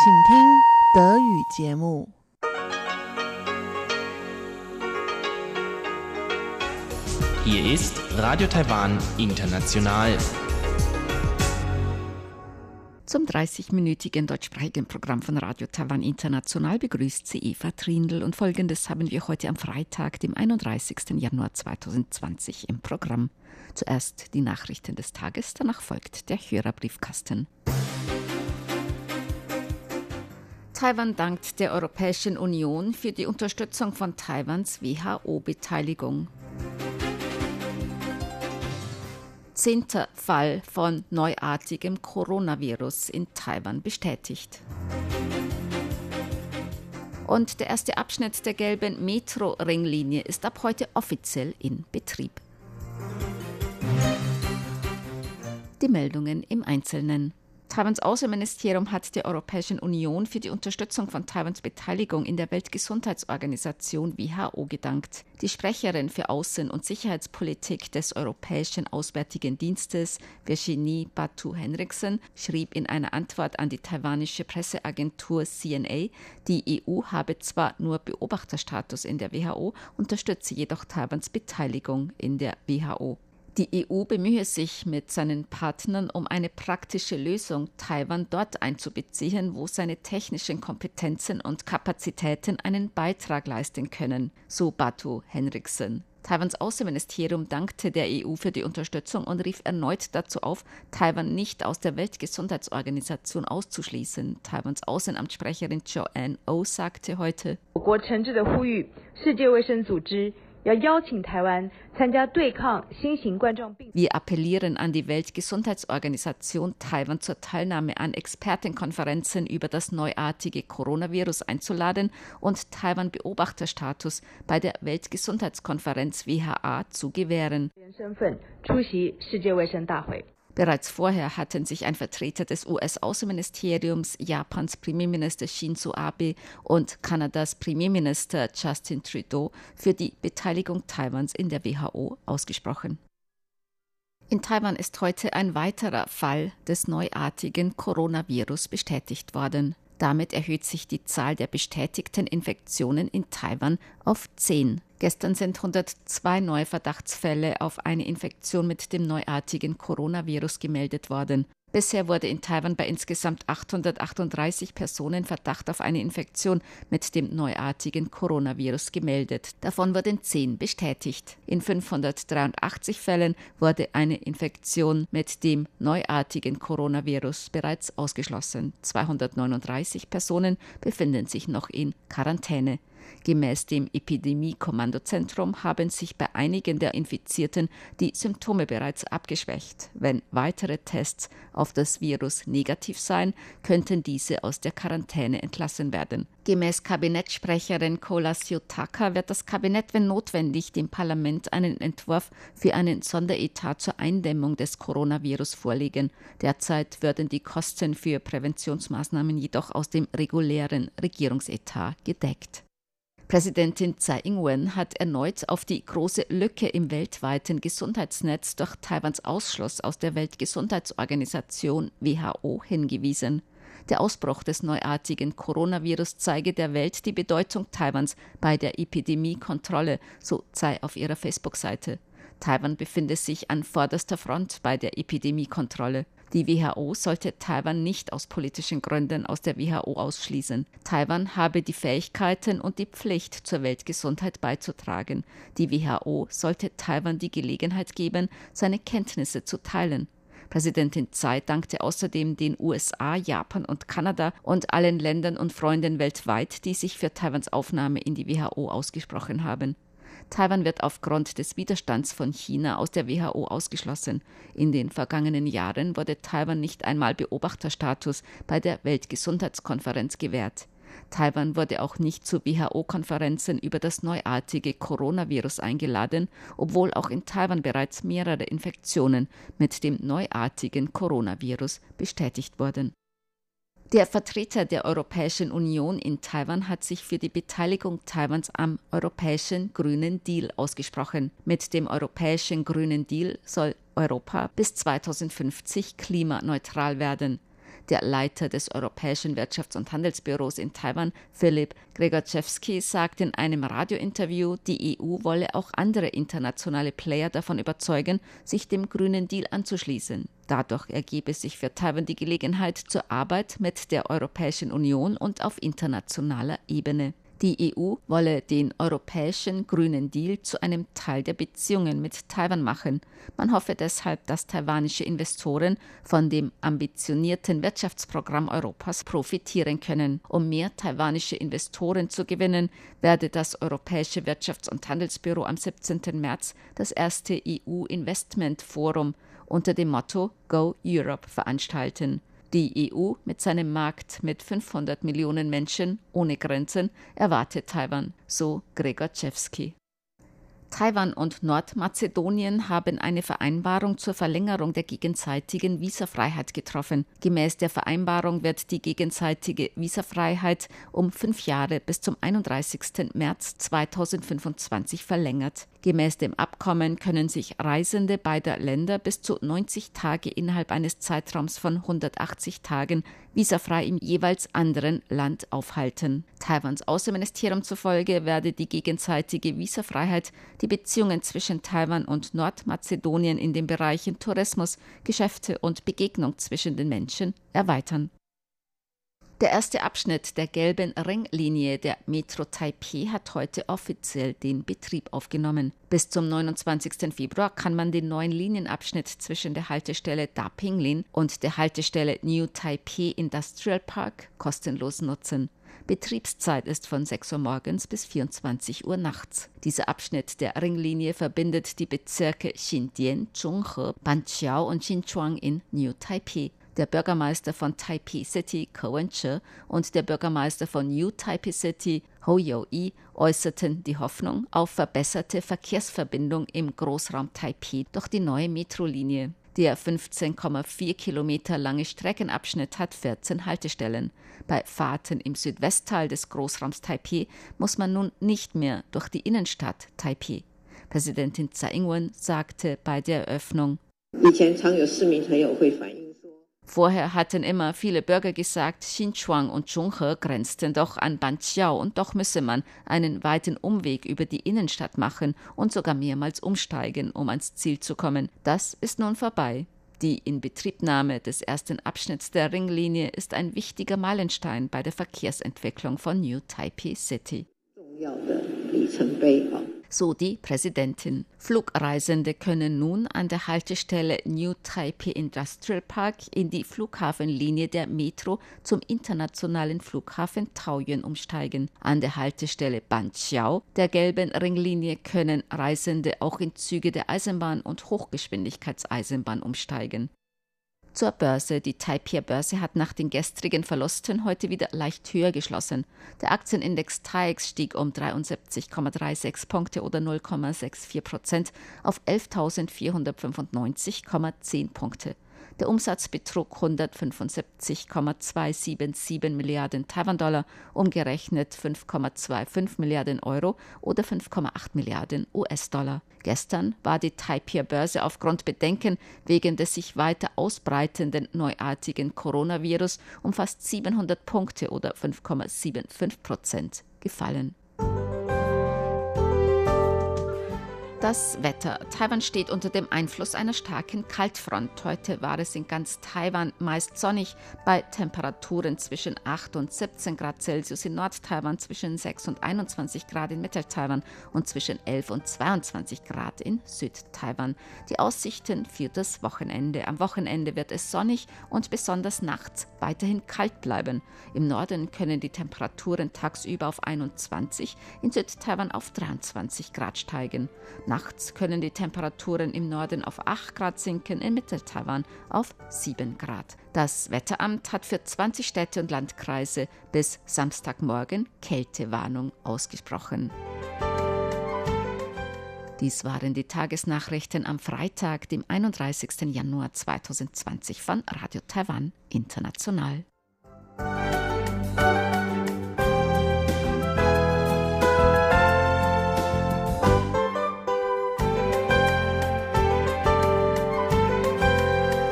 请听德语节目。 Hier ist Radio Taiwan International. Zum 30-minütigen deutschsprachigen Programm von Radio Taiwan International begrüßt sie Eva Trindl und Folgendes haben wir heute am Freitag, dem 31. Januar 2020 im Programm. Zuerst die Nachrichten des Tages, danach folgt der Hörerbriefkasten. Taiwan dankt der Europäischen Union für die Unterstützung von Taiwans WHO-Beteiligung. 10. Fall von neuartigem Coronavirus in Taiwan bestätigt. Und der erste Abschnitt der gelben Metro-Ringlinie ist ab heute offiziell in Betrieb. Die Meldungen im Einzelnen. Taiwans Außenministerium hat der Europäischen Union für die Unterstützung von Taiwans Beteiligung in der Weltgesundheitsorganisation WHO gedankt. Die Sprecherin für Außen- und Sicherheitspolitik des Europäischen Auswärtigen Dienstes, Virginie Batu-Henriksen, schrieb in einer Antwort an die taiwanische Presseagentur CNA, die EU habe zwar nur Beobachterstatus in der WHO, unterstütze jedoch Taiwans Beteiligung in der WHO. Die EU bemühe sich mit seinen Partnern um eine praktische Lösung, Taiwan dort einzubeziehen, wo seine technischen Kompetenzen und Kapazitäten einen Beitrag leisten können, so Batu Henriksen. Taiwans Außenministerium dankte der EU für die Unterstützung und rief erneut dazu auf, Taiwan nicht aus der Weltgesundheitsorganisation auszuschließen. Taiwans Außenamtssprecherin Joanne Oh sagte heute: Wir appellieren an die Weltgesundheitsorganisation, Taiwan zur Teilnahme an Expertenkonferenzen über das neuartige Coronavirus einzuladen und Taiwan Beobachterstatus bei der Weltgesundheitskonferenz WHA zu gewähren. Bereits vorher hatten sich ein Vertreter des US-Außenministeriums, Japans Premierminister Shinzo Abe und Kanadas Premierminister Justin Trudeau für die Beteiligung Taiwans in der WHO ausgesprochen. In Taiwan ist heute ein weiterer Fall des neuartigen Coronavirus bestätigt worden. Damit erhöht sich die Zahl der bestätigten Infektionen in Taiwan auf 10. Gestern sind 102 neue Verdachtsfälle auf eine Infektion mit dem neuartigen Coronavirus gemeldet worden. Bisher wurde in Taiwan bei insgesamt 838 Personen Verdacht auf eine Infektion mit dem neuartigen Coronavirus gemeldet. Davon wurden 10 bestätigt. In 583 Fällen wurde eine Infektion mit dem neuartigen Coronavirus bereits ausgeschlossen. 239 Personen befinden sich noch in Quarantäne. Gemäß dem Epidemie-Kommandozentrum haben sich bei einigen der Infizierten die Symptome bereits abgeschwächt. Wenn weitere Tests auf das Virus negativ seien, könnten diese aus der Quarantäne entlassen werden. Gemäß Kabinettssprecherin Kolas Yotaka wird das Kabinett, wenn notwendig, dem Parlament einen Entwurf für einen Sonderetat zur Eindämmung des Coronavirus vorlegen. Derzeit würden die Kosten für Präventionsmaßnahmen jedoch aus dem regulären Regierungsetat gedeckt. Präsidentin Tsai Ing-wen hat erneut auf die große Lücke im weltweiten Gesundheitsnetz durch Taiwans Ausschluss aus der Weltgesundheitsorganisation WHO hingewiesen. Der Ausbruch des neuartigen Coronavirus zeige der Welt die Bedeutung Taiwans bei der Epidemiekontrolle, so Tsai auf ihrer Facebook-Seite. Taiwan befinde sich an vorderster Front bei der Epidemiekontrolle. Die WHO sollte Taiwan nicht aus politischen Gründen aus der WHO ausschließen. Taiwan habe die Fähigkeiten und die Pflicht, zur Weltgesundheit beizutragen. Die WHO sollte Taiwan die Gelegenheit geben, seine Kenntnisse zu teilen. Präsidentin Tsai dankte außerdem den USA, Japan und Kanada und allen Ländern und Freunden weltweit, die sich für Taiwans Aufnahme in die WHO ausgesprochen haben. Taiwan wird aufgrund des Widerstands von China aus der WHO ausgeschlossen. In den vergangenen Jahren wurde Taiwan nicht einmal Beobachterstatus bei der Weltgesundheitskonferenz gewährt. Taiwan wurde auch nicht zu WHO-Konferenzen über das neuartige Coronavirus eingeladen, obwohl auch in Taiwan bereits mehrere Infektionen mit dem neuartigen Coronavirus bestätigt wurden. Der Vertreter der Europäischen Union in Taiwan hat sich für die Beteiligung Taiwans am Europäischen Grünen Deal ausgesprochen. Mit dem Europäischen Grünen Deal soll Europa bis 2050 klimaneutral werden. Der Leiter des Europäischen Wirtschafts- und Handelsbüros in Taiwan, Philipp Gregorczewski, sagt in einem Radiointerview, die EU wolle auch andere internationale Player davon überzeugen, sich dem Grünen Deal anzuschließen. Dadurch ergebe sich für Taiwan die Gelegenheit zur Arbeit mit der Europäischen Union und auf internationaler Ebene. Die EU wolle den europäischen Grünen Deal zu einem Teil der Beziehungen mit Taiwan machen. Man hoffe deshalb, dass taiwanische Investoren von dem ambitionierten Wirtschaftsprogramm Europas profitieren können. Um mehr taiwanische Investoren zu gewinnen, werde das Europäische Wirtschafts- und Handelsbüro am 17. März das erste EU-Investment-Forum unter dem Motto Go Europe veranstalten. Die EU mit seinem Markt mit 500 Millionen Menschen ohne Grenzen erwartet Taiwan, so Gregorczewski. Taiwan und Nordmazedonien haben eine Vereinbarung zur Verlängerung der gegenseitigen Visafreiheit getroffen. Gemäß der Vereinbarung wird die gegenseitige Visafreiheit um 5 Jahre bis zum 31. März 2025 verlängert. Gemäß dem Abkommen können sich Reisende beider Länder bis zu 90 Tage innerhalb eines Zeitraums von 180 Tagen visafrei im jeweils anderen Land aufhalten. Taiwans Außenministerium zufolge werde die gegenseitige Visafreiheit die Beziehungen zwischen Taiwan und Nordmazedonien in den Bereichen Tourismus, Geschäfte und Begegnung zwischen den Menschen erweitern. Der erste Abschnitt der gelben Ringlinie der Metro Taipeh hat heute offiziell den Betrieb aufgenommen. Bis zum 29. Februar kann man den neuen Linienabschnitt zwischen der Haltestelle Da Pinglin und der Haltestelle New Taipei Industrial Park kostenlos nutzen. Betriebszeit ist von 6 Uhr morgens bis 24 Uhr nachts. Dieser Abschnitt der Ringlinie verbindet die Bezirke Xindian, Zhonghe, Banqiao und Xinchuang in New Taipei. Der Bürgermeister von Taipei City, Ko Wen-che, und der Bürgermeister von New Taipei City, Ho Yo-i, äußerten die Hoffnung auf verbesserte Verkehrsverbindung im Großraum Taipei durch die neue Metrolinie. Der 15,4 Kilometer lange Streckenabschnitt hat 14 Haltestellen. Bei Fahrten im Südwestteil des Großraums Taipei muss man nun nicht mehr durch die Innenstadt Taipei. Präsidentin Tsai Ing-wen sagte bei der Eröffnung: Vorher hatten immer viele Bürger gesagt, Xinchuang und Zhonghe grenzten doch an Banqiao und doch müsse man einen weiten Umweg über die Innenstadt machen und sogar mehrmals umsteigen, um ans Ziel zu kommen. Das ist nun vorbei. Die Inbetriebnahme des ersten Abschnitts der Ringlinie ist ein wichtiger Meilenstein bei der Verkehrsentwicklung von New Taipei City. So die Präsidentin. Flugreisende können nun an der Haltestelle New Taipei Industrial Park in die Flughafenlinie der Metro zum internationalen Flughafen Taoyuan umsteigen. An der Haltestelle Banqiao der gelben Ringlinie können Reisende auch in Züge der Eisenbahn und Hochgeschwindigkeitseisenbahn umsteigen. Zur Börse. Die Taipei-Börse hat nach den gestrigen Verlusten heute wieder leicht höher geschlossen. Der Aktienindex TAIEX stieg um 73,36 Punkte oder 0,64% auf 11.495,10 Punkte. Der Umsatz betrug 175,277 Milliarden Taiwan-Dollar, umgerechnet 5,25 Milliarden Euro oder 5,8 Milliarden US-Dollar. Gestern war die Taipei-Börse aufgrund Bedenken wegen des sich weiter ausbreitenden neuartigen Coronavirus um fast 700 Punkte oder 5,75% gefallen. Das Wetter. Taiwan steht unter dem Einfluss einer starken Kaltfront. Heute war es in ganz Taiwan meist sonnig, bei Temperaturen zwischen 8 und 17 Grad Celsius in Nord-Taiwan, zwischen 6 und 21 Grad in Mittel-Taiwan und zwischen 11 und 22 Grad in Süd-Taiwan. Die Aussichten für das Wochenende. Am Wochenende wird es sonnig und besonders nachts weiterhin kalt bleiben. Im Norden können die Temperaturen tagsüber auf 21, in Süd-Taiwan auf 23 Grad steigen. Nachts können die Temperaturen im Norden auf 8 Grad sinken, in Mittel-Taiwan auf 7 Grad. Das Wetteramt hat für 20 Städte und Landkreise bis Samstagmorgen Kältewarnung ausgesprochen. Dies waren die Tagesnachrichten am Freitag, dem 31. Januar 2020 von Radio Taiwan International.